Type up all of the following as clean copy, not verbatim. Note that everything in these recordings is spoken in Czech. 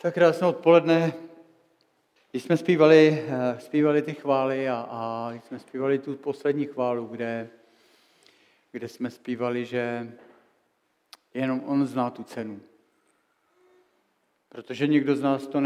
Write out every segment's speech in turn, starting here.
Tak krásné odpoledne. Když jsme zpívali ty chvály a když jsme zpívali tu poslední chválu, kde jsme zpívali, že jenom on zná tu cenu. Protože nikdo z nás to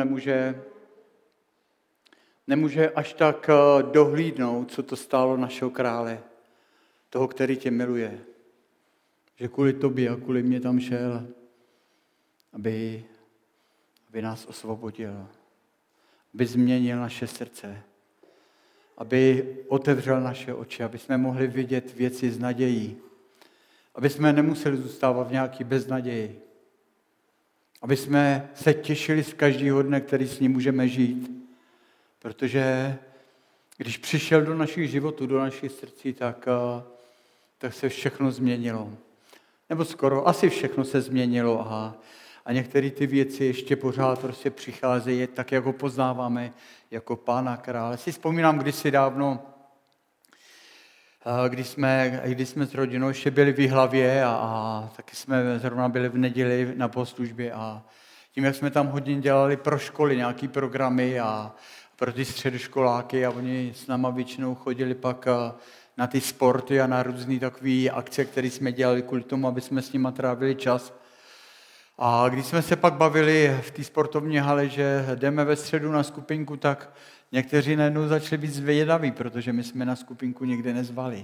nemůže až tak dohlídnout, co to stálo našeho krále, toho, který tě miluje. Že kvůli tobě a kvůli mě tam šel, aby nás osvobodil, aby změnil naše srdce, aby otevřel naše oči, aby jsme mohli vidět věci s nadějí, aby jsme nemuseli zůstávat v nějaký beznaději, aby jsme se těšili z každého dne, který s ním můžeme žít, protože když přišel do našich životů, do našich srdcí, tak se všechno změnilo. Nebo skoro, asi všechno se změnilo a některé ty věci ještě pořád prostě přicházejí, tak jak ho poznáváme jako Pána krále. Si vzpomínám kdysi dávno, když jsme s rodinou ještě byli v Jihlavě a taky jsme zrovna byli v neděli na bohoslužbě a tím, jak jsme tam hodně dělali pro školy nějaký programy a pro ty středoškoláky a oni s náma většinou chodili pak na ty sporty a na různé takové akce, které jsme dělali kvůli tomu, aby jsme s nima trávili čas. A když jsme se pak bavili v té sportovní hale, že jdeme ve středu na skupinku, tak někteří najednou začali být zvědaví, protože my jsme na skupinku nikdy nezvali.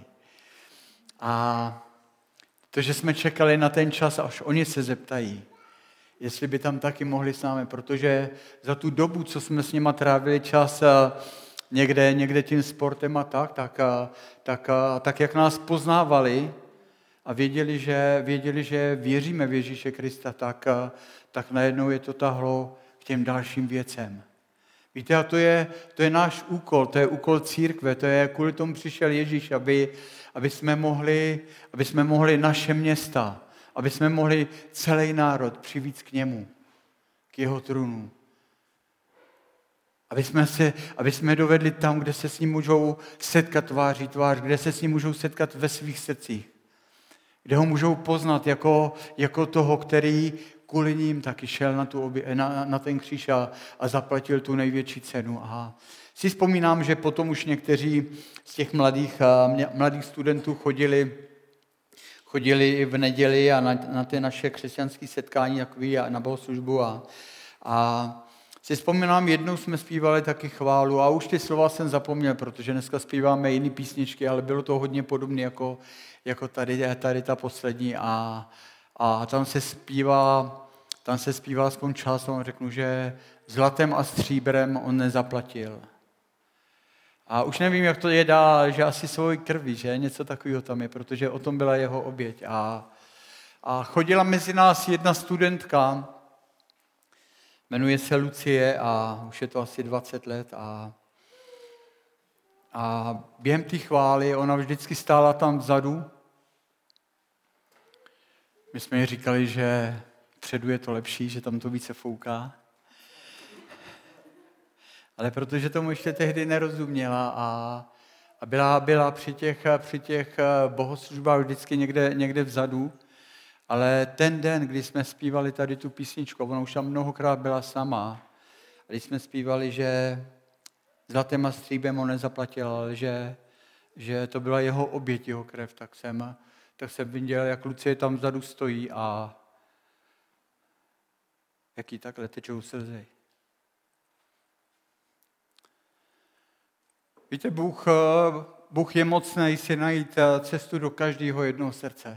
A protože jsme čekali na ten čas, až oni se zeptají, jestli by tam taky mohli s námi, protože za tu dobu, co jsme s nima trávili čas někde tím sportem a tak jak nás poznávali, a věděli, že věříme v Ježíše Krista, tak najednou je to tahlo k těm dalším věcem. Víte, a to je náš úkol, to je úkol církve, to je kvůli tomu přišel Ježíš, aby jsme mohli naše města, aby jsme mohli celý národ přivít k němu, k jeho trůnu. Aby jsme dovedli tam, kde se s ním můžou setkat tváří tvář, kde se s ním můžou setkat ve svých srdcích. Kde ho můžou poznat jako toho, který kvůli ním taky šel na ten kříž a zaplatil tu největší cenu. A si vzpomínám, že potom už někteří z těch mladých studentů chodili v neděli a na ty naše křesťanské setkání takový a na bohoslužbu a si vzpomínám, jednou jsme zpívali taky chválu a už ty slova jsem zapomněl, protože dneska zpíváme jiné písničky, ale bylo to hodně podobné jako tady ta poslední a tam se zpívá aspoň část, on řeknu, že zlatem a stříbrem on nezaplatil. A už nevím, jak to je dál, že asi svojí krví, že něco takového tam je, protože o tom byla jeho oběť. A chodila mezi nás jedna studentka, jmenuje se Lucie a už je to asi 20 let a během té chvály ona vždycky stála tam vzadu. My jsme jí říkali, že předu je to lepší, že tam to více fouká. Ale protože tomu ještě tehdy nerozuměla a byla při těch bohoslužbách vždycky někde vzadu, ale ten den, kdy jsme zpívali tady tu písničku, ona už tam mnohokrát byla sama, a když jsme zpívali, že zlatem a stříbrem on nezaplatil, ale že to byla jeho oběť, jeho krev, tak jsem viděl, jak Lucie tam vzadu stojí a jaký takhle tečou slzy. Víte, Bůh je mocný si najít cestu do každého jednoho srdce.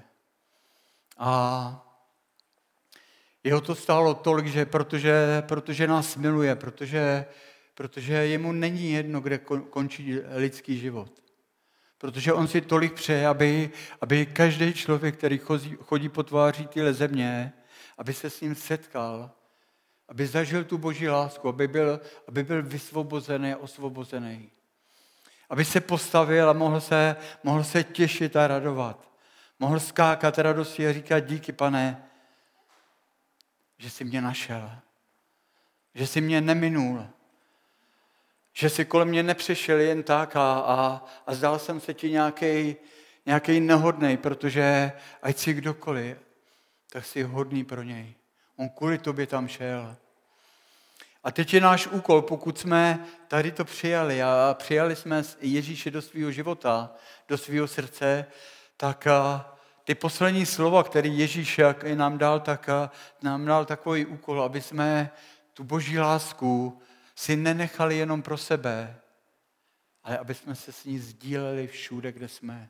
A jeho to stálo tolik, že protože nás miluje, protože jemu není jedno, kde končí lidský život. Protože on si tolik přeje, aby každý člověk, který chodí po tváří téhle země, aby se s ním setkal, aby zažil tu boží lásku, aby byl vysvobozený a osvobozený. Aby se postavil a mohl se těšit a radovat. Mohl skákat radosti a říkat díky, Pane, že jsi mě našel, že jsi mě neminul, že jsi kolem mě nepřešel jen tak a zdal jsem se ti nějaký nehodnej, protože ať jsi kdokoliv, tak jsi hodný pro něj. On kvůli tobě tam šel. A teď je náš úkol, pokud jsme tady to přijali a přijali jsme Ježíše do svého života, do svého srdce, tak ty poslední slova, které Ježíš nám dal, tak nám dal takový úkol, aby jsme tu boží lásku si nenechali jenom pro sebe, ale aby jsme se s ní sdíleli všude, kde jsme.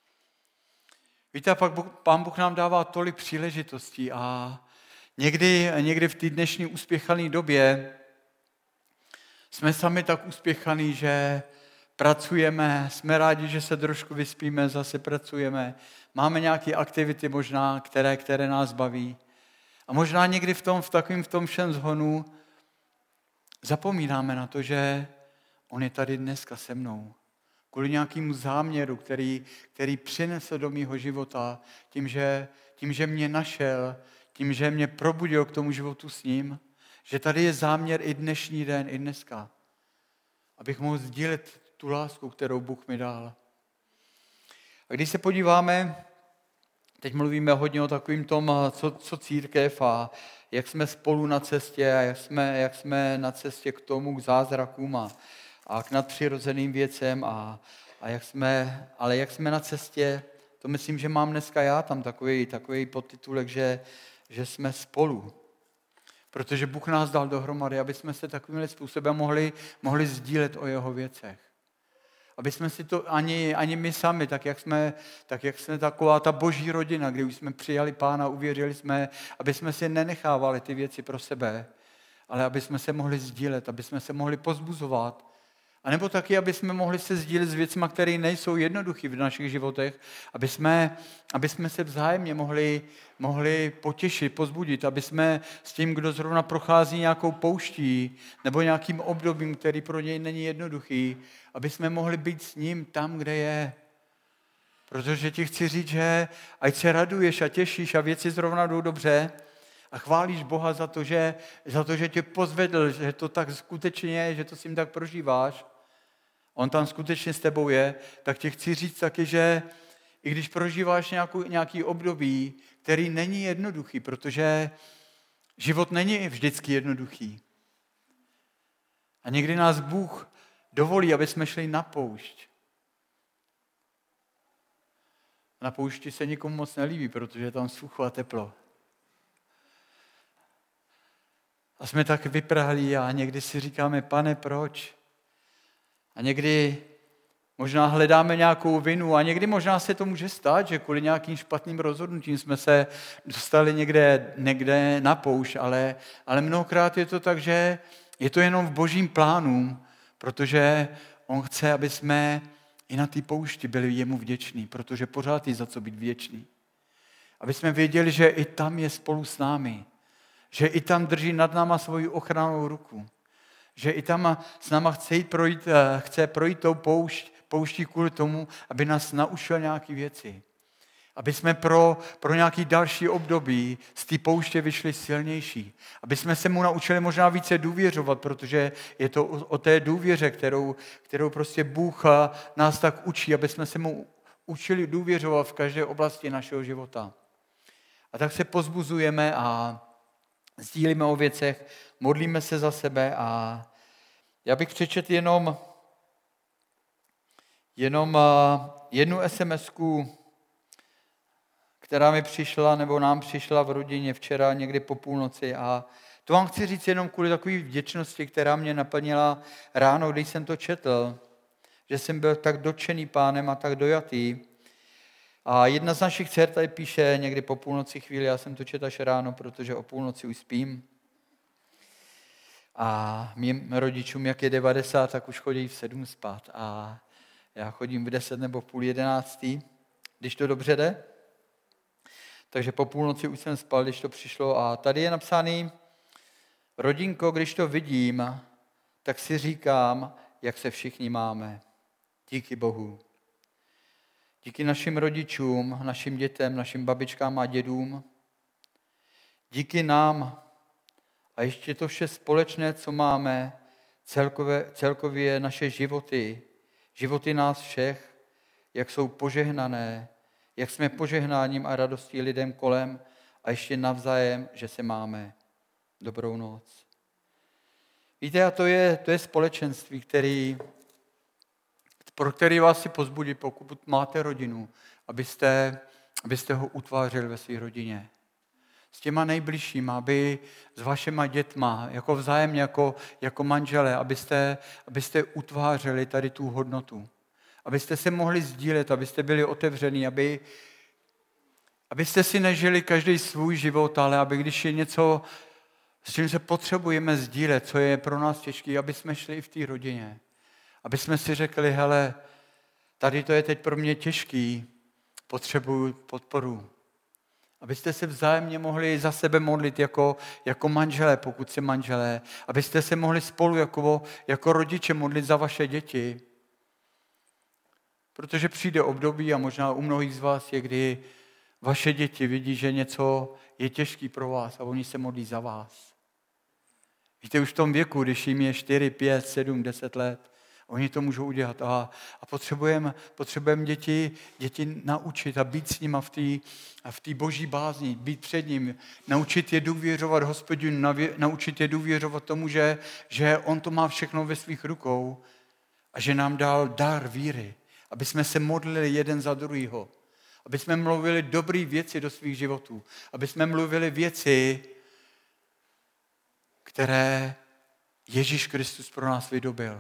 Víte, pak Pán Bůh nám dává tolik příležitostí a někdy v té dnešní uspěchané době jsme sami tak uspěchaní, že pracujeme, jsme rádi, že se trošku vyspíme, zase pracujeme, máme nějaké aktivity možná, které nás baví. A možná někdy v tom všem zhonu zapomínáme na to, že on je tady dneska se mnou. Kvůli nějakému záměru, který přinesl do mýho života, tím, že mě našel, tím, že mě probudil k tomu životu s ním, že tady je záměr i dnešní den, i dneska. Abych mohl sdílet tu lásku, kterou Bůh mi dal. A když se podíváme, teď mluvíme hodně o takovým tom, co církev a jak jsme spolu na cestě a jak jsme na cestě k tomu, k zázrakům a k nadpřirozeným věcem a jak jsme na cestě, to myslím, že mám dneska já tam takový podtitulek, že jsme spolu. Protože Bůh nás dal dohromady, aby jsme se takovým způsobem mohli sdílet o jeho věcech. Aby jsme si to ani my sami, tak jak jsme taková ta boží rodina, kdy už jsme přijali Pána, uvěřili jsme, aby jsme si nenechávali ty věci pro sebe, ale aby jsme se mohli sdílet, aby jsme se mohli pozbuzovat. A nebo taky, aby jsme mohli se sdílet s věcmi, které nejsou jednoduché v našich životech, aby jsme se vzájemně mohli potěšit, pozbudit, aby jsme s tím, kdo zrovna prochází nějakou pouští nebo nějakým obdobím, který pro něj není jednoduchý, aby jsme mohli být s ním tam, kde je. Protože ti chci říct, že ať se raduješ a těšíš a věci zrovna jdou dobře a chválíš Boha za to, že tě pozvedl, že to tak skutečně je, že to s ním tak prožíváš, on tam skutečně s tebou je, tak ti chci říct taky, že i když prožíváš nějaký období, který není jednoduchý, protože život není vždycky jednoduchý. A někdy nás Bůh dovolí, aby jsme šli na poušť. Na poušti se nikomu moc nelíbí, protože je tam sucho a teplo. A jsme tak vyprahlí a někdy si říkáme, Pane, proč? A někdy možná hledáme nějakou vinu a někdy možná se to může stát, že kvůli nějakým špatným rozhodnutím jsme se dostali někde na poušť, ale mnohokrát je to tak, že je to jenom v božím plánu, protože on chce, aby jsme i na té poušti byli jemu vděční, protože pořád je za co být vděční. Aby jsme věděli, že i tam je spolu s námi, že i tam drží nad náma svoji ochrannou ruku, že i tam s náma chce projít tou pouští kvůli tomu, aby nás naučil nějaké věci. Aby jsme pro nějaký další období z té pouště vyšli silnější. Aby jsme se mu naučili možná více důvěřovat, protože je to o té důvěře, kterou prostě Bůh nás tak učí, aby jsme se mu učili důvěřovat v každé oblasti našeho života. A tak se pozbuzujeme a sdílíme o věcech, modlíme se za sebe a já bych přečetl jenom jednu SMS-ku, která mi přišla, nebo nám přišla v rodině včera někdy po půlnoci a to vám chci říct jenom kvůli takové vděčnosti, která mě naplnila ráno, když jsem to četl, že jsem byl tak dotčený Pánem a tak dojatý. A jedna z našich dcer tady píše někdy po půlnoci chvíli, já jsem to četl až ráno, protože o půlnoci už spím. A mým rodičům, jak je 90, tak už chodí v 7 spát. A já chodím v 10 nebo v 10:30, když to dobře jde. Takže po půlnoci už jsem spal, když to přišlo. A tady je napsaný, rodinko, když to vidím, tak si říkám, jak se všichni máme. Díky Bohu. Díky našim rodičům, našim dětem, našim babičkám a dědům. Díky nám a ještě to vše společné, co máme, celkově naše životy nás všech, jak jsou požehnané, jak jsme požehnáním a radostí lidem kolem a ještě navzájem, že se máme. Dobrou noc. Víte, a to je společenství, pro který vás si pozbudí, pokud máte rodinu, abyste ho utvářeli ve své rodině. S těma nejbližšíma, aby s vašima dětma, jako vzájemně, jako manželé, abyste utvářeli tady tu hodnotu. Abyste se mohli sdílet, abyste byli otevření, abyste si nežili každý svůj život, ale aby když je něco, s čím se potřebujeme sdílet, co je pro nás těžké, aby jsme šli i v té rodině. Aby jsme si řekli, hele, tady to je teď pro mě těžký, potřebuju podporu. Abyste se vzájemně mohli za sebe modlit jako manželé, pokud jste manželé. Abyste se mohli spolu jako rodiče modlit za vaše děti. Protože přijde období, a možná u mnohých z vás je, kdy vaše děti vidí, že něco je těžký pro vás a oni se modlí za vás. Víte, už v tom věku, když jim je 4, 5, 7, 10 let, oni to můžou udělat a potřebujeme děti naučit a být s nima v té boží bázni, být před ním, naučit je důvěřovat Hospodinu, naučit je důvěřovat tomu, že on to má všechno ve svých rukou a že nám dal dar víry, aby jsme se modlili jeden za druhýho, aby jsme mluvili dobré věci do svých životů, aby jsme mluvili věci, které Ježíš Kristus pro nás vydobil.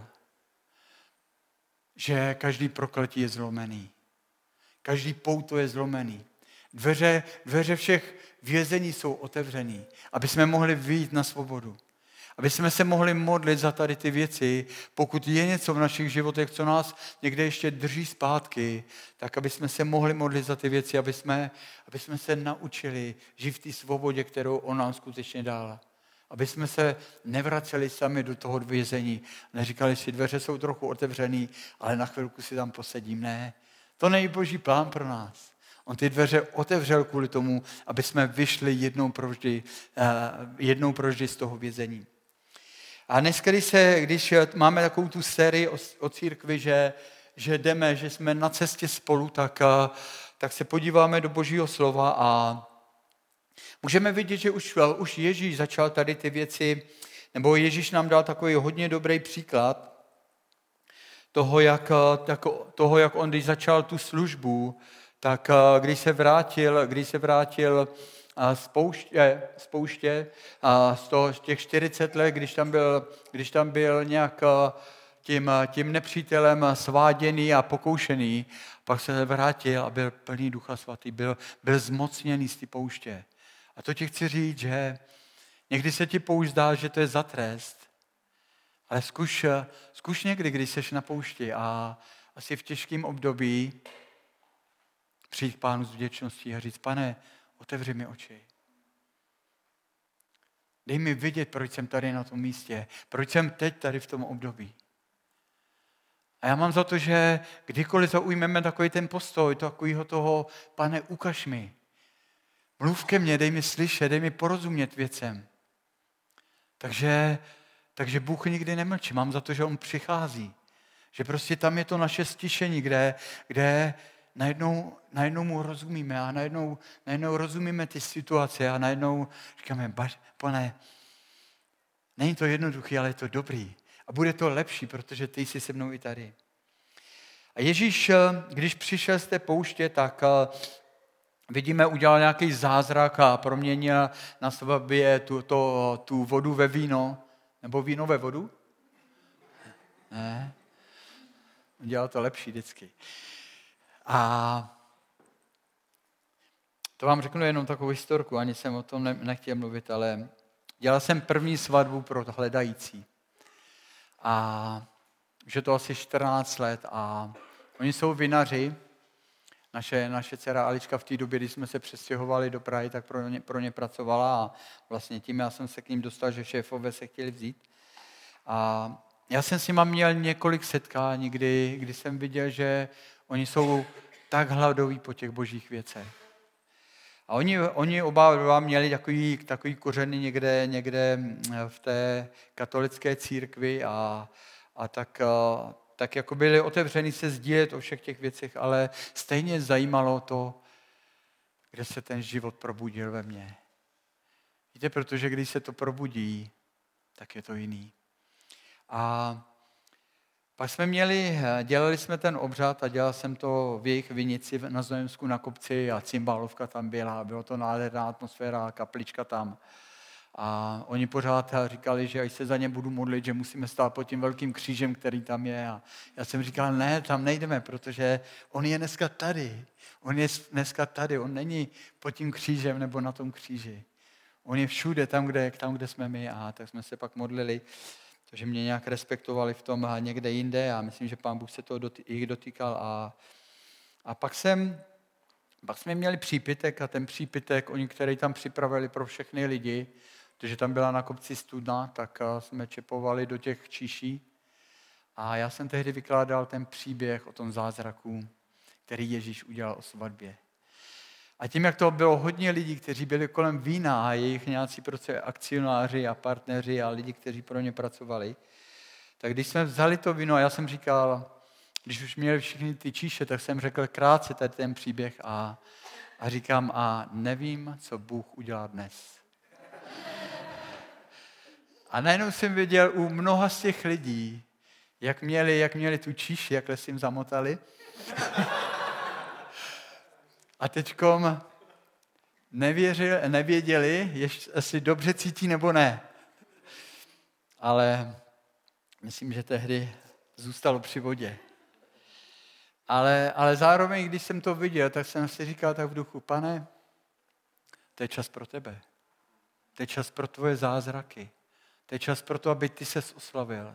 Že každý prokletí je zlomený. Každý pouto je zlomený. Dveře všech vězení jsou otevřený, aby jsme mohli vyjít na svobodu. Aby jsme se mohli modlit za tady ty věci, pokud je něco v našich životech, co nás někde ještě drží zpátky, tak aby jsme se mohli modlit za ty věci, aby jsme se naučili žít v té svobodě, kterou on nám skutečně dal. Aby jsme se nevraceli sami do toho vězení. Neříkali si, dveře jsou trochu otevřený, ale na chvilku si tam posedím. Ne, to není boží plán pro nás. On ty dveře otevřel kvůli tomu, aby jsme vyšli jednou provždy z toho vězení. A dneska, když máme takovou tu sérii o církvi, že jdeme, že jsme na cestě spolu, tak se podíváme do Božího slova a můžeme vidět, že už Ježíš začal tady ty věci, nebo Ježíš nám dal takový hodně dobrý příklad toho, jak on, když začal tu službu, tak když se vrátil z pouště z těch 40 let, když tam byl nějak tím nepřítelem sváděný a pokoušený, pak se vrátil a byl plný Ducha Svatý, byl zmocněný z té pouště. A to ti chci říct, že někdy se ti poušť zdá, že to je za trest, ale zkuš někdy, když jsi na poušti a asi v těžkém období přijít k Pánu s vděčností a říct, Pane, otevři mi oči. Dej mi vidět, proč jsem tady na tom místě, proč jsem teď tady v tom období. A já mám za to, že kdykoliv zaujmeme takový ten postoj, takovýho toho, Pane, ukaž mi, mluv ke mně, dej mi slyšet, dej mi porozumět věcem. Takže Bůh nikdy nemlčí. Mám za to, že on přichází. Že prostě tam je to naše stišení, kde najednou mu rozumíme a najednou rozumíme ty situace a najednou říkáme, Pane, není to jednoduché, ale je to dobrý. A bude to lepší, protože ty jsi se mnou i tady. A Ježíš, když přišel z té pouště, tak vidíme, udělal nějaký zázrak a proměnil na sobě tu vodu ve víno. Nebo víno ve vodu? Ne. Udělal to lepší vždycky. A to vám řeknu jenom takovou historku, ani jsem o tom nechtěl mluvit, ale dělal jsem první svatbu pro hledající. A už je to asi 14 let a oni jsou vinaři. Naše dcera Alička v té době, když jsme se přestěhovali do Prahy, tak pro ně pracovala a vlastně tím já jsem se k ním dostal, že šéfové se chtěli vzít. A já jsem s nima měl několik setkání, kdy jsem viděl, že oni jsou tak hladoví po těch božích věcech. A oni oba dva měli takový kořeny někde v té katolické církvi a tak jako byli otevření se sdílet o všech těch věcech, ale stejně zajímalo to, kde se ten život probudil ve mně. Víte, protože když se to probudí, tak je to jiný. A pak dělali jsme ten obřad a dělal jsem to v jejich vinici na Znojemsku na kopci a cymbálovka tam byla. Bylo to nádherná atmosféra, kaplička tam. A oni pořád říkali, že až se za ně budu modlit, že musíme stát pod tím velkým křížem, který tam je. A já jsem říkal, ne, tam nejdeme, protože on je dneska tady. On je dneska tady, on není pod tím křížem nebo na tom kříži. On je všude, tam, kde jsme my. A tak jsme se pak modlili, takže mě nějak respektovali v tom a někde jinde. A myslím, že Pán Bůh se toho jich dotýkal. A pak jsme měli přípitek a ten přípitek, oni, který tam připravili pro všechny lidi, protože tam byla na kopci studna, tak jsme čepovali do těch číší. A já jsem tehdy vykládal ten příběh o tom zázraku, který Ježíš udělal o svatbě. A tím, jak to bylo hodně lidí, kteří byli kolem vína a jejich nějací prostě akcionáři a partneři a lidi, kteří pro ně pracovali, tak když jsme vzali to víno, a já jsem říkal, když už měli všichni ty číše, tak jsem řekl krátce tady ten příběh a říkám, a nevím, co Bůh udělá dnes. A najednou jsem viděl u mnoha z těch lidí, jak měli tu číši, jakhle si jim zamotali. A teďkom nevěděli, jestli dobře cítí nebo ne. Ale myslím, že tehdy zůstalo při vodě. Ale zároveň, když jsem to viděl, tak jsem si říkal tak v duchu, Pane, to je čas pro tebe. To je čas pro tvoje zázraky. To je čas pro to, aby ty ses oslavil.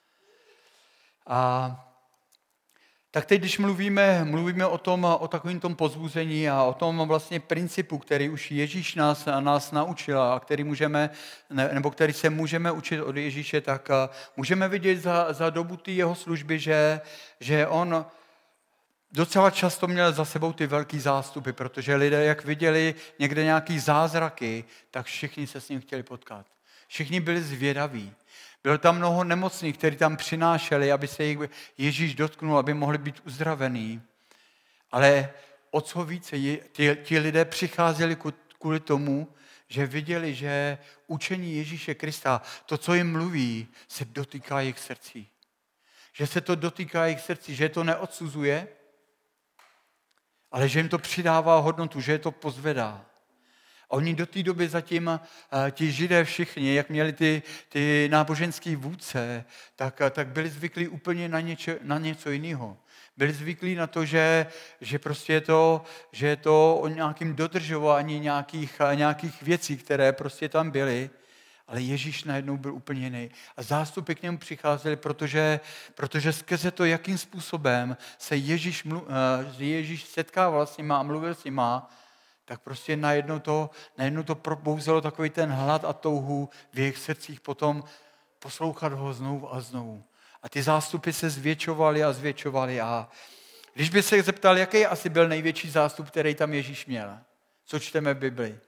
A tak teď, když mluvíme o takovém tom pozbuzení a o tom vlastně principu, který už Ježíš nás naučil a který se můžeme učit od Ježíše, tak můžeme vidět za dobu té jeho služby, že on docela často měl za sebou ty velký zástupy, protože lidé, jak viděli někde nějaký zázraky, tak všichni se s ním chtěli potkat. Všichni byli zvědaví. Bylo tam mnoho nemocných, kteří tam přinášeli, aby se jich Ježíš dotknul, aby mohli být uzdravený. Ale o co více, ti lidé přicházeli kvůli tomu, že viděli, že učení Ježíše Krista, to, co jim mluví, se dotýká jejich srdcí. Že se to dotýká jejich srdcí, že je to neodsuzuje, ale že jim to přidává hodnotu, že je to pozvedá. A oni do té doby zatím, ti Židé všichni, jak měli ty náboženský vůdce, tak byli zvyklí úplně na něco jiného. Byli zvyklí na to, že prostě je to o nějakém dodržování nějakých věcí, které prostě tam byly, ale Ježíš najednou byl úplně jiný. A zástupy k němu přicházely, protože skrze to, jakým způsobem se Ježíš setkával s nima a mluvil s nima, tak prostě najednou to probouzelo takový ten hlad a touhu v jejich srdcích potom poslouchat ho znovu a znovu. A ty zástupy se zvětšovaly a zvětšovaly. A když by se zeptal, jaký asi byl největší zástup, který tam Ježíš měl? Co čteme v Bibli?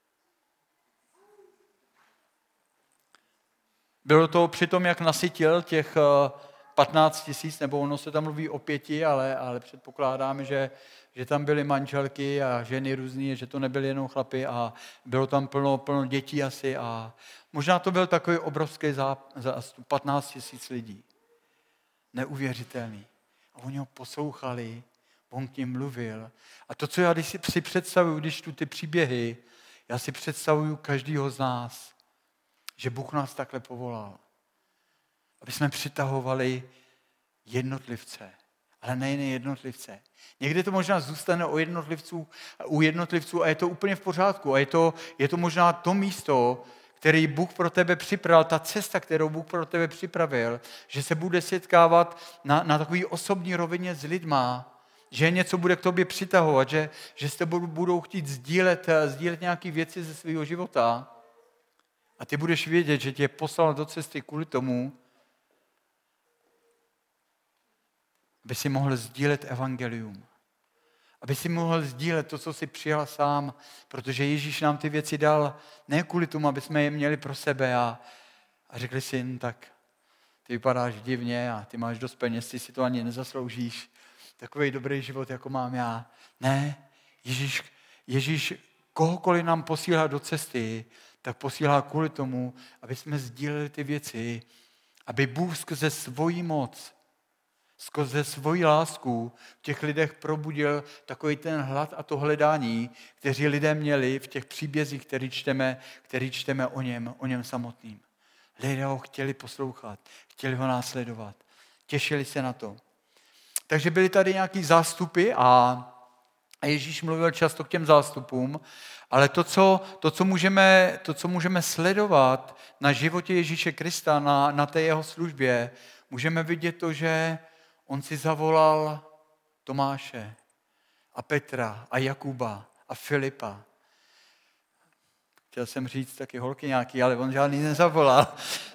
Bylo to při tom, jak nasytil těch 15 000, nebo ono se tam mluví o 5, ale předpokládáme, že tam byly manželky a ženy různý, že to nebyly jenom chlapy a bylo tam plno dětí asi a možná to byl takový obrovský zástup, 15 000 lidí. Neuvěřitelný. A oni ho poslouchali, on k ním mluvil. A to, co já když si představuju, když tu ty příběhy, já si představuju každýho z nás, že Bůh nás takhle povolal. Aby jsme přitahovali jednotlivce, ale nejen jednotlivce. Někdy to možná zůstane u jednotlivců a je to úplně v pořádku. A je to možná to místo, který Bůh pro tebe připravil, ta cesta, kterou Bůh pro tebe připravil, že se bude setkávat na takový osobní rovině s lidma, že něco bude k tobě přitahovat, že s tebou budou chtít sdílet nějaké věci ze svého života. A ty budeš vědět, že tě poslal do cesty kvůli tomu, aby si mohl sdílet evangelium. Aby si mohl sdílet to, co jsi přijal sám, protože Ježíš nám ty věci dal ne kvůli tomu, aby jsme je měli pro sebe a řekli si, tak ty vypadáš divně a ty máš dost peněz, ty si to ani nezasloužíš. Takový dobrý život, jako mám já. Ne, Ježíš kohokoliv nám posílá do cesty, tak posílá kvůli tomu, aby jsme sdíleli ty věci Aby Bůh skrze svoji moc, skrze svoji lásku v těch lidech probudil takový ten hlad a to hledání, kteří lidé měli v těch příbězích, který čteme o něm samotným. Lidé ho chtěli poslouchat, chtěli ho následovat, těšili se na to. Takže byly tady nějaký zástupy a Ježíš mluvil často k těm zástupům, ale to, co můžeme sledovat na životě Ježíše Krista, na té jeho službě, můžeme vidět to, že on si zavolal Tomáše a Petra a Jakuba a Filipa. Chtěl jsem říct taky holky nějaký, ale on žádný nezavolal.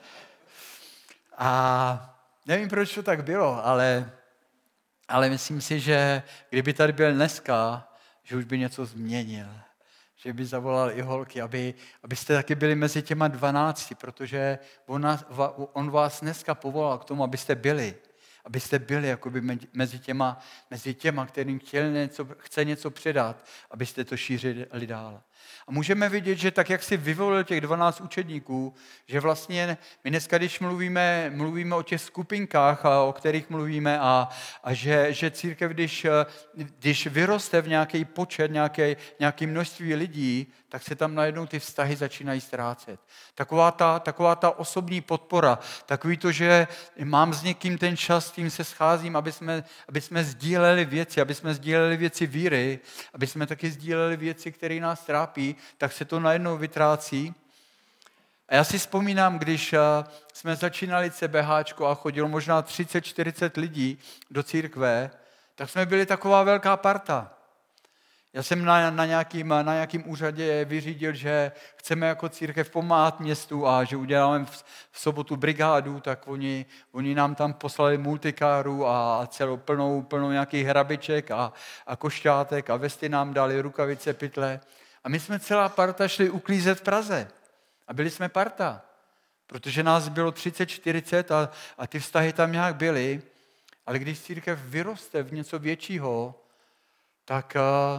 A nevím, proč to tak bylo, ale myslím si, že kdyby tady byl dneska, že už by něco změnil. Že by zavolal i holky, abyste taky byli mezi těma 12, protože on vás dneska povolal k tomu, abyste byli jakoby mezi těma, kterým chce něco předat, abyste to šířili dál. A můžeme vidět, že tak, jak si vyvolil těch 12 učedníků, že vlastně my dneska, když mluvíme o těch skupinkách, o kterých mluvíme, a že církev, když vyroste v nějaký počet, nějaké množství lidí, tak se tam najednou ty vztahy začínají ztrácet. Taková ta osobní podpora, takový to, že mám s někým ten čas, s tím se scházím, aby jsme sdíleli věci víry, aby jsme taky sdíleli věci, které nás trápí, tak se to najednou vytrácí. A já si vzpomínám, když jsme začínali CBHčko a chodilo možná 30-40 lidí do církve, tak jsme byli taková velká parta. Já jsem na nějakým úřadě vyřídil, že chceme jako církev pomáhat městu a že uděláme v sobotu brigádu, tak oni nám tam poslali multikáru a celou plnou nějakých hrabiček a košťátek a vesty nám dali, rukavice, pytle. A my jsme celá parta šli uklízet v Praze. A byli jsme parta, protože nás bylo 30-40 a ty vztahy tam nějak byly. Ale když církev vyroste v něco většího, tak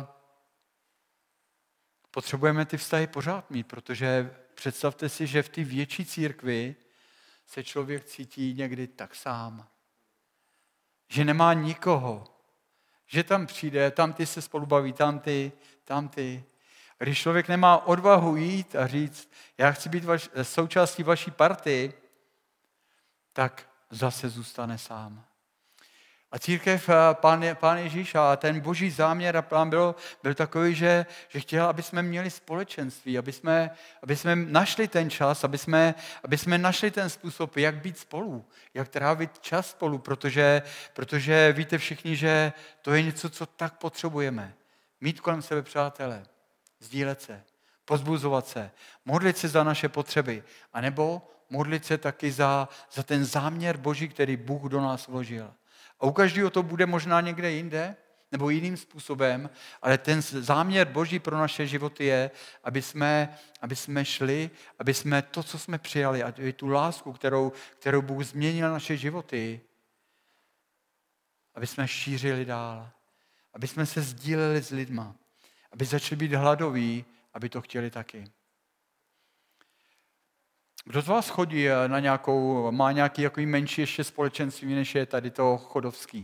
potřebujeme ty vztahy pořád mít, protože představte si, že v té větší církvi se člověk cítí někdy tak sám. Že nemá nikoho. Že tam přijde, tam ty se spolu baví, tam ty. A když člověk nemá odvahu jít a říct, já chci být součástí vaší party, tak zase zůstane sám. A církev, Pán Ježíš a ten boží záměr a plán byl takový, že chtěl, aby jsme měli společenství, aby jsme našli ten čas, aby jsme našli ten způsob, jak být spolu, jak trávit čas spolu, protože víte všichni, že to je něco, co tak potřebujeme. Mít kolem sebe přátele, sdílet se, pozbuzovat se, modlit se za naše potřeby, anebo modlit se taky za ten záměr boží, který Bůh do nás vložil. A u každého to bude možná někde jinde, nebo jiným způsobem, ale ten záměr boží pro naše životy je, aby jsme šli, aby jsme to, co jsme přijali, a tu lásku, kterou Bůh změnil naše životy, aby jsme šířili dál, aby jsme se sdíleli s lidma, aby začali být hladoví, aby to chtěli taky. Kdo z vás chodí má nějaký jako menší ještě společenství, než je tady to chodovský?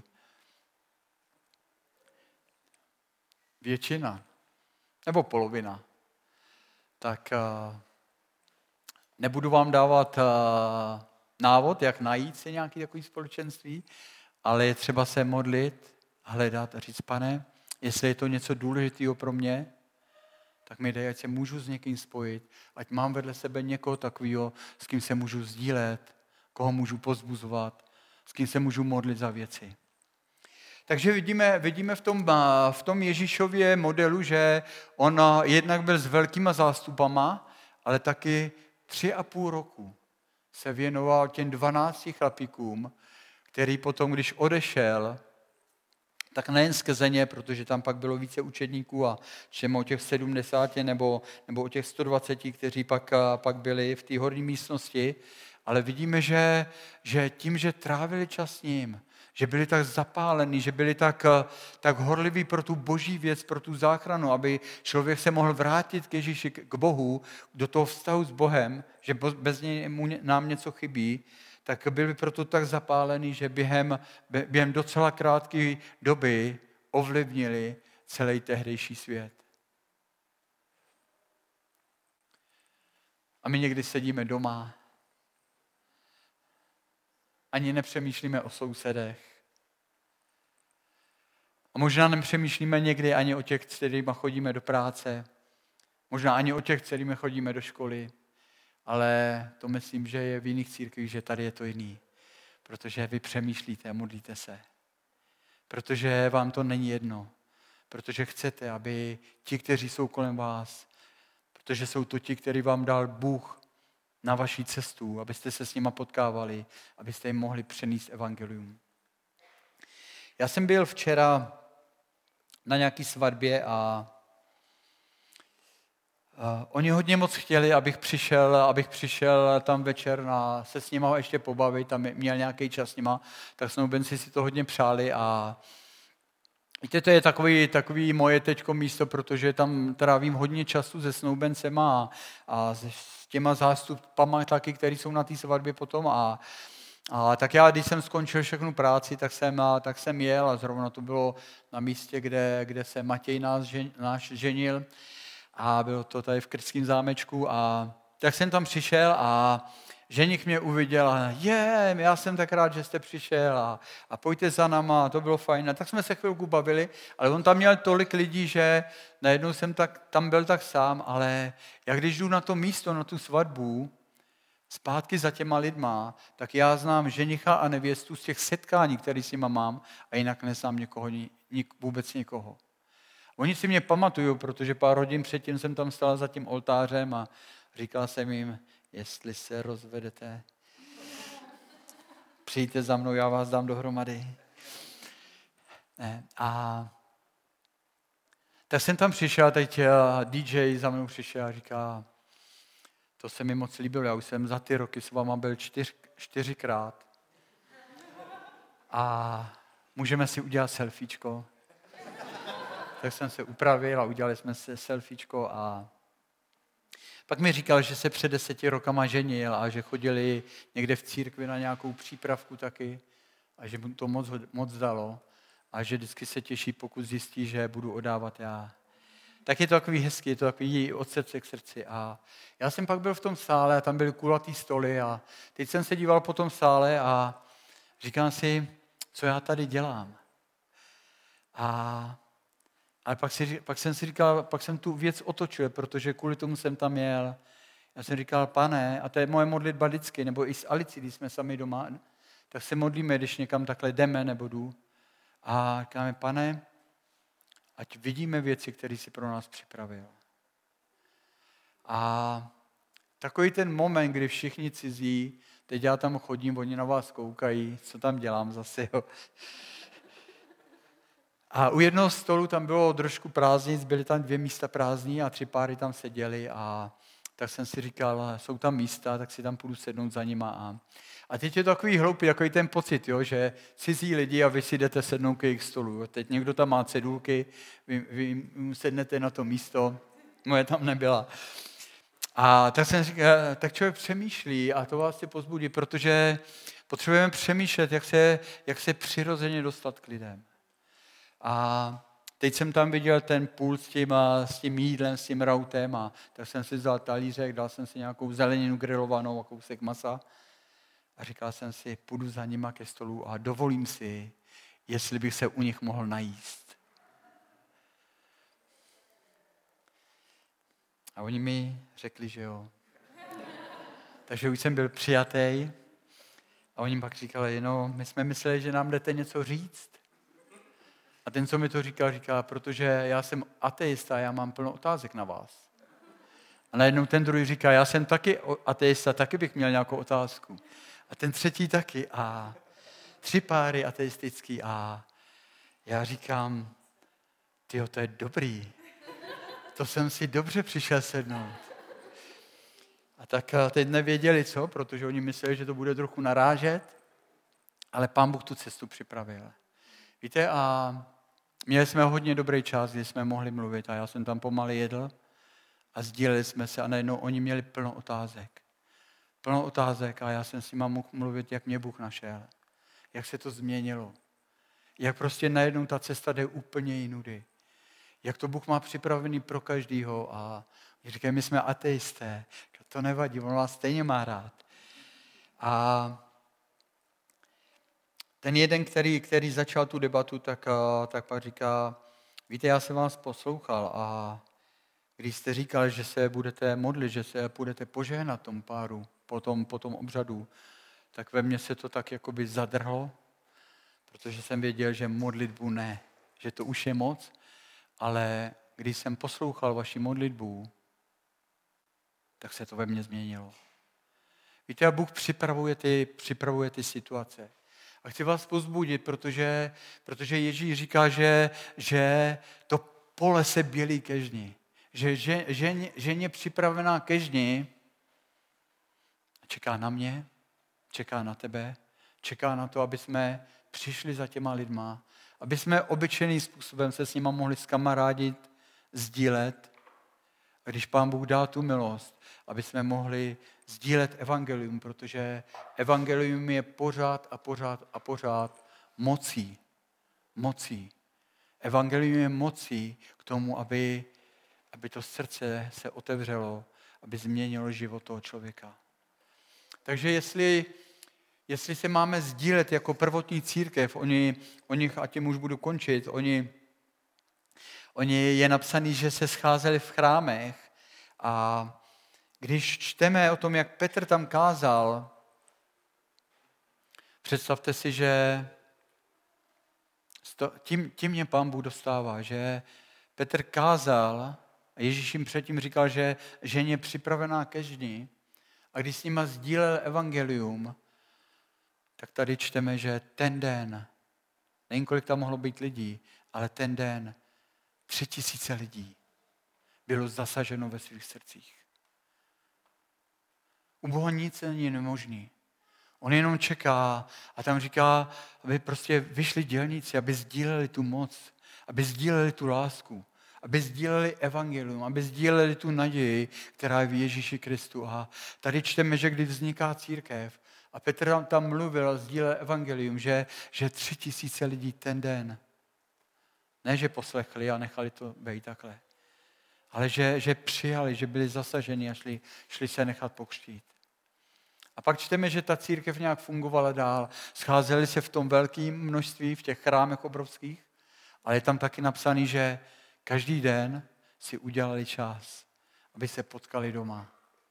Většina. Nebo polovina. Tak nebudu vám dávat návod, jak najít si nějaký takový společenství, ale je třeba se modlit, hledat a říct, Pane, jestli je to něco důležitého pro mě, tak mi dej, ať se můžu s někým spojit, ať mám vedle sebe někoho takového, s kým se můžu sdílet, koho můžu pozbuzovat, s kým se můžu modlit za věci. Takže vidíme v tom Ježíšově modelu, že on jednak byl s velkýma zástupama, ale taky 3,5 roku se věnoval těm 12 chlapíkům, který potom, když odešel, tak nejen skrze ně, protože tam pak bylo více učedníků a čemu o těch 70 nebo o těch 120, kteří pak byli v té horní místnosti, ale vidíme, že tím, že trávili čas s ním, že byli tak zapálení, že byli tak horliví pro tu boží věc, pro tu záchranu, aby člověk se mohl vrátit k Ježíši, k Bohu, do toho vztahu s Bohem, že bez něj nám něco chybí, tak byli proto tak zapálení, že během docela krátké doby ovlivnili celý tehdejší svět. A my někdy sedíme doma, ani nepřemýšlíme o sousedech. A možná nepřemýšlíme někdy ani o těch, s kterými chodíme do práce, možná ani o těch, s kterými chodíme do školy, ale to myslím, že je v jiných církvích, že tady je to jiný. Protože vy přemýšlíte a modlíte se. Protože vám to není jedno. Protože chcete, aby ti, kteří jsou kolem vás, protože jsou to ti, který vám dal Bůh na vaší cestu, abyste se s nima potkávali, abyste jim mohli přenést evangelium. Já jsem byl včera na nějaký svatbě a oni hodně moc chtěli, abych přišel tam večer se s nima ještě pobavit a měl nějaký čas s nima, tak snoubenci si to hodně přáli a víte, to je takový moje teďko místo, protože tam trávím hodně času se snoubencema a s těma zástupama taky, který jsou na té svatbě potom a tak já, když jsem skončil všechnu práci, tak jsem jel a zrovna to bylo na místě, kde se Matěj náš ženil a bylo to tady v Krtském zámečku a tak jsem tam přišel a ženich mě uviděl a já jsem tak rád, že jste přišel a pojďte za náma, to bylo fajn. A tak jsme se chvilku bavili, ale on tam měl tolik lidí, že najednou jsem tam byl tak sám, ale jak když jdu na to místo, na tu svatbu, zpátky za těma lidma, tak já znám ženicha a nevěstu z těch setkání, které s nima mám a jinak neznám vůbec někoho. Oni si mě pamatují, protože pár hodin předtím jsem tam stál za tím oltářem a říkal jsem jim, jestli se rozvedete, přijďte za mnou, já vás dám dohromady. A tak jsem tam přišel, teď DJ za mnou přišel a říká, to se mi moc líbilo, já už jsem za ty roky s váma byl 4krát. A můžeme si udělat selfiečko. Tak jsem se upravil a udělali jsme si selfiečko a pak mi říkal, že se před 10 rokama ženil a že chodili někde v církvi na nějakou přípravku taky a že mu to moc dalo a že vždycky se těší, pokud zjistí, že budu odávat já. Tak je to takový hezký, je to takový od srdce k srdci. A já jsem pak byl v tom sále a tam byly kulatý stoly a teď jsem se díval po tom sále a říkám si, co já tady dělám. Ale pak jsem si říkal, pak jsem tu věc otočil, protože kvůli tomu jsem tam jel. Já jsem říkal, Pane, a to je moje modlitba vždycky, nebo i s Alicí, když jsme sami doma, tak se modlíme, když někam takhle jdeme nebo jdu. A říkáme, Pane, ať vidíme věci, které jsi pro nás připravil. A takový ten moment, kdy všichni cizí, teď já tam chodím, oni na vás koukají, co tam dělám zase, jo. A u jednoho stolu tam bylo trošku prázdnic, byly tam 2 místa prázdní a 3 páry tam seděli a tak jsem si říkal, jsou tam místa, tak si tam půjdu sednout za nima. A teď je to takový hloupý, takový ten pocit, jo, že cizí lidi a vy si jdete sednout k jejich stolu. Jo. Teď někdo tam má cedulky, vy sednete na to místo, moje tam nebyla. A tak jsem říkal, tak člověk přemýšlí a to vás chci pozbudit, protože potřebujeme přemýšlet, jak se přirozeně dostat k lidem. A teď jsem tam viděl ten pult s tím jídlem, s tím rautem a tak jsem si vzal talířek, dal jsem si nějakou zeleninu grilovanou a kousek masa a říkal jsem si, půjdu za nima ke stolu a dovolím si, jestli bych se u nich mohl najíst. A oni mi řekli, že jo. Takže už jsem byl přijatý a oni pak říkali, no, my jsme mysleli, že nám jdete něco říct. A ten, co mi to říkal, protože já jsem ateista, já mám plno otázek na vás. A najednou ten druhý říká, já jsem taky ateista, taky bych měl nějakou otázku. A ten třetí taky. A 3 páry ateistický. A já říkám, tyjo, to je dobrý. To jsem si dobře přišel sednout. A tak teď nevěděli co, protože oni mysleli, že to bude trochu narážet, ale Pán Bůh tu cestu připravil. Víte, a měli jsme hodně dobrý čas, kdy jsme mohli mluvit a já jsem tam pomalu jedl a sdíleli jsme se a najednou oni měli plno otázek. plno otázek a já jsem s nima mohl mluvit, jak mě Bůh našel, jak se to změnilo, jak prostě najednou ta cesta jde úplně jinudy, jak to Bůh má připravený pro každýho a říkají, my jsme ateisté, to nevadí, on vás stejně má rád. A ten jeden, který začal tu debatu, tak pak říká, víte, já jsem vás poslouchal a když jste říkal, že se budete modlit, že se budete požehnat tomu páru po tom obřadu, tak ve mně se to tak jakoby zadrhlo, protože jsem věděl, že modlitbu ne, že to už je moc, ale když jsem poslouchal vaši modlitbu, tak se to ve mně změnilo. Víte, a Bůh připravuje ty situace. A chci vás povzbudit, protože Ježíš říká, že to pole se bělí ke žni. Že ženě připravená ke žni čeká na mě, čeká na tebe, čeká na to, aby jsme přišli za těma lidma, aby jsme obyčejným způsobem se s nima mohli zkamarádit, sdílet. A když Pán Bůh dá tu milost, aby jsme mohli sdílet evangelium, protože evangelium je pořád a pořád mocí. Evangelium je mocí k tomu, aby to srdce se otevřelo, aby změnilo život toho člověka. Takže jestli se máme sdílet jako prvotní církev, oni a tím už budu končit, oni je napsaný, že se scházeli v chrámech a když čteme o tom, jak Petr tam kázal, představte si, že tím mě Pán Bůh dostává, že Petr kázal a Ježíš jim předtím říkal, že ženě je připravená ke žni a když s nima sdílel evangelium, tak tady čteme, že ten den, nevím, kolik tam mohlo být lidí, ale ten den 3000 lidí bylo zasaženo ve svých srdcích. U Boha nic není nemožný. On jenom čeká a tam říká, aby prostě vyšli dělníci, aby sdíleli tu moc, aby sdíleli tu lásku, aby sdíleli evangelium, aby sdíleli tu naději, která je v Ježíši Kristu. A tady čteme, že když vzniká církev a Petr tam mluvil a sdílel evangelium, že 3000 lidí ten den, ne, že poslechli a nechali to být takhle, ale že přijali, že byli zasaženi a šli se nechat pokřtít. A pak čteme, že ta církev nějak fungovala dál. Scházeli se v tom velkém množství, v těch chrámech obrovských, ale je tam taky napsaný, že každý den si udělali čas, aby se potkali doma.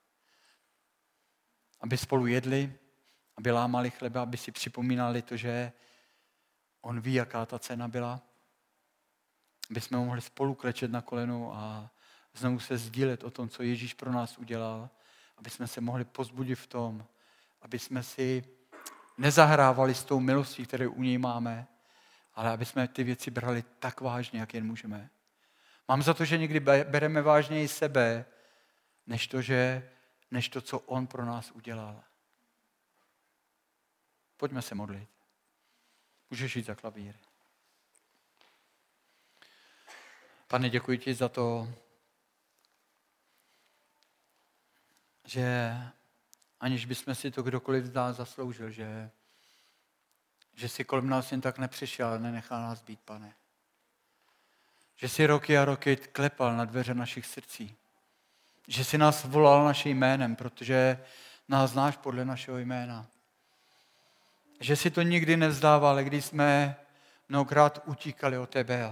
Aby spolu jedli, aby lámali chleba, aby si připomínali to, že on ví, jaká ta cena byla. Aby jsme mohli spolu klečet na kolenou a znovu se sdílet o tom, co Ježíš pro nás udělal. Aby jsme se mohli povzbudit v tom, aby jsme si nezahrávali s tou milostí, kterou u něj máme, ale aby jsme ty věci brali tak vážně, jak jen můžeme. Mám za to, že někdy bereme vážněji sebe, než to, co on pro nás udělal. Pojďme se modlit. Můžeš jít za klavír. Pane, děkuji ti za to, že aniž bychom si to kdokoliv z nás zasloužil, že si kolem nás jen tak nepřišel a nenechal nás být, Pane. Že si roky a roky klepal na dveře našich srdcí. Že si nás volal naším jménem, protože nás znáš podle našeho jména. Že si to nikdy nevzdával, když jsme mnohokrát utíkali od tebe.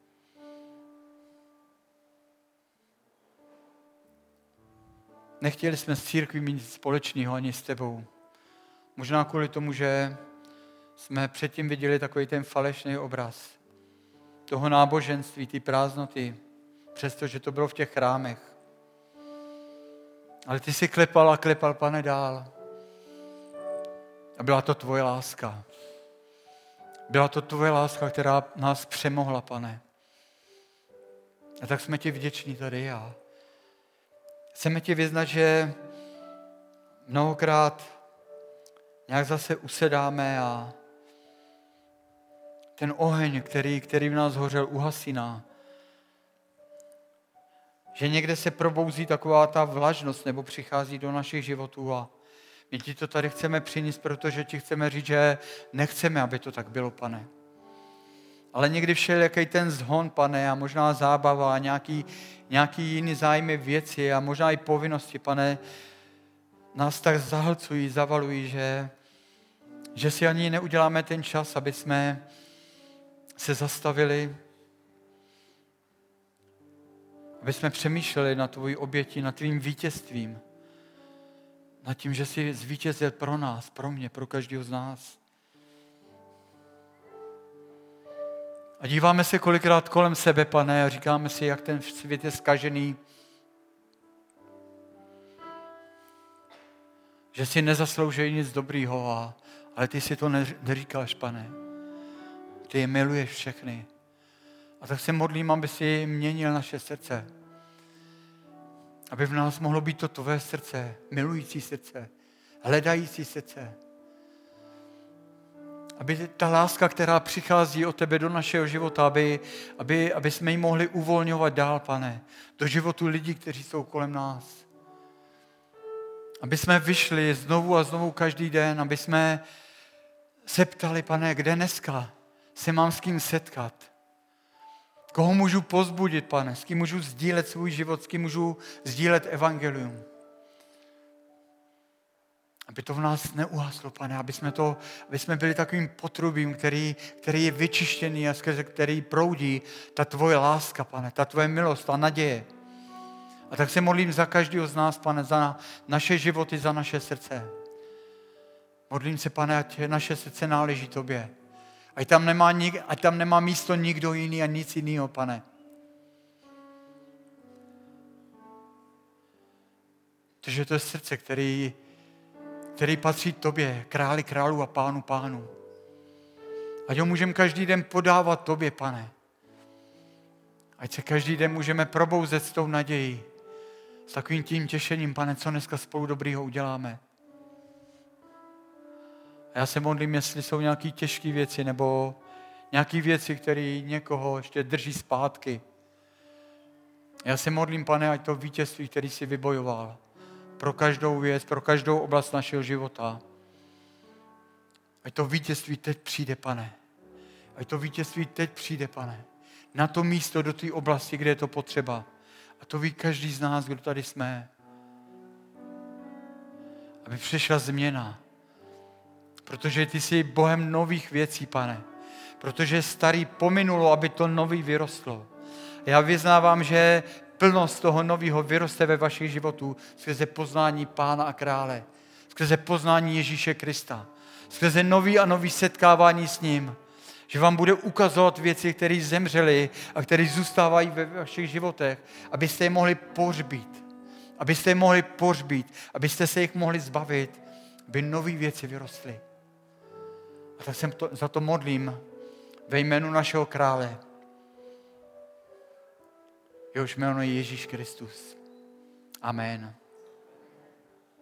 Nechtěli jsme s církví mít nic společného ani s tebou. Možná kvůli tomu, že jsme předtím viděli takový ten falešný obraz toho náboženství, ty prázdnoty, přestože to bylo v těch chrámech. Ale ty jsi klepal a klepal, Pane, dál. A byla to tvoje láska. Byla to tvoje láska, která nás přemohla, Pane. A tak jsme ti vděční tady a chceme ti vyznat, že mnohokrát nějak zase usedáme a ten oheň, který v nás hořel, uhasíná. Že někde se probouzí taková ta vlažnost nebo přichází do našich životů a My ti to tady chceme přinést, protože ti chceme říct, že nechceme, aby to tak bylo, Pane. Ale někdy všelijaký ten zhon, Pane, a možná zábava, a nějaký jiný zájmy věci a možná i povinnosti, Pane, nás tak zahlcují, zavalují, že si ani neuděláme ten čas, aby jsme se zastavili, aby jsme přemýšleli na tvoji oběti, nad tvým vítězstvím, nad tím, že jsi zvítězil pro nás, pro mě, pro každého z nás. A díváme se kolikrát kolem sebe, Pane, a říkáme si, jak ten svět je zkažený, že si nezaslouží nic dobrýho, ale ty si to neříkáš, Pane. Ty je miluješ všechny. A tak se modlím, aby si měnil naše srdce. Aby v nás mohlo být to tvé srdce, milující srdce, hledající srdce. Aby ta láska, která přichází od tebe do našeho života, aby jsme ji mohli uvolňovat dál, Pane, do životu lidí, kteří jsou kolem nás. Aby jsme vyšli znovu a znovu každý den, aby jsme se ptali, Pane, kde dneska se mám s kým setkat? Koho můžu povzbudit, Pane? S kým můžu sdílet svůj život? S kým můžu sdílet evangelium? Aby to v nás neuhaslo, Pane, aby jsme byli takovým potrubím, který je vyčištěný a skrze který proudí ta tvoje láska, Pane, ta tvoje milost, ta naděje. A tak se modlím za každého z nás, Pane, za naše životy, za naše srdce. Modlím se, Pane, ať naše srdce náleží tobě. Ať tam nemá místo nikdo jiný a nic jiného, Pane. Protože to je srdce, který patří tobě, králi králů a pánu pánů. Ať ho můžeme každý den podávat tobě, Pane. Ať se každý den můžeme probouzet s tou nadějí, s takovým tím těšením, Pane, co dneska spolu dobrýho uděláme. A já se modlím, jestli jsou nějaké těžké věci, nebo nějaké věci, které někoho ještě drží zpátky. Já se modlím, Pane, ať to vítězství, který jsi vybojoval, pro každou věc, pro každou oblast našeho života. Ať to vítězství teď přijde, Pane. Ať to vítězství teď přijde, Pane. Na to místo, do té oblasti, kde je to potřeba. A to ví každý z nás, kdo tady jsme. Aby přišla změna. Protože ty jsi Bohem nových věcí, Pane. Protože starý pominulo, aby to nový vyrostlo. Já vyznávám, že plnost toho nového vyroste ve vašich životů skrze poznání Pána a Krále. Skrze poznání Ježíše Krista. Skrze nový a nový setkávání s ním. Že vám bude ukazovat věci, které zemřely a které zůstávají ve vašich životech, abyste je mohli pohřbít. Abyste je mohli pohřbít, abyste se jich mohli zbavit, aby nové věci vyrostly. A tak se za to modlím ve jménu našeho krále. Jehož jméno je Ježíš Kristus. Amen.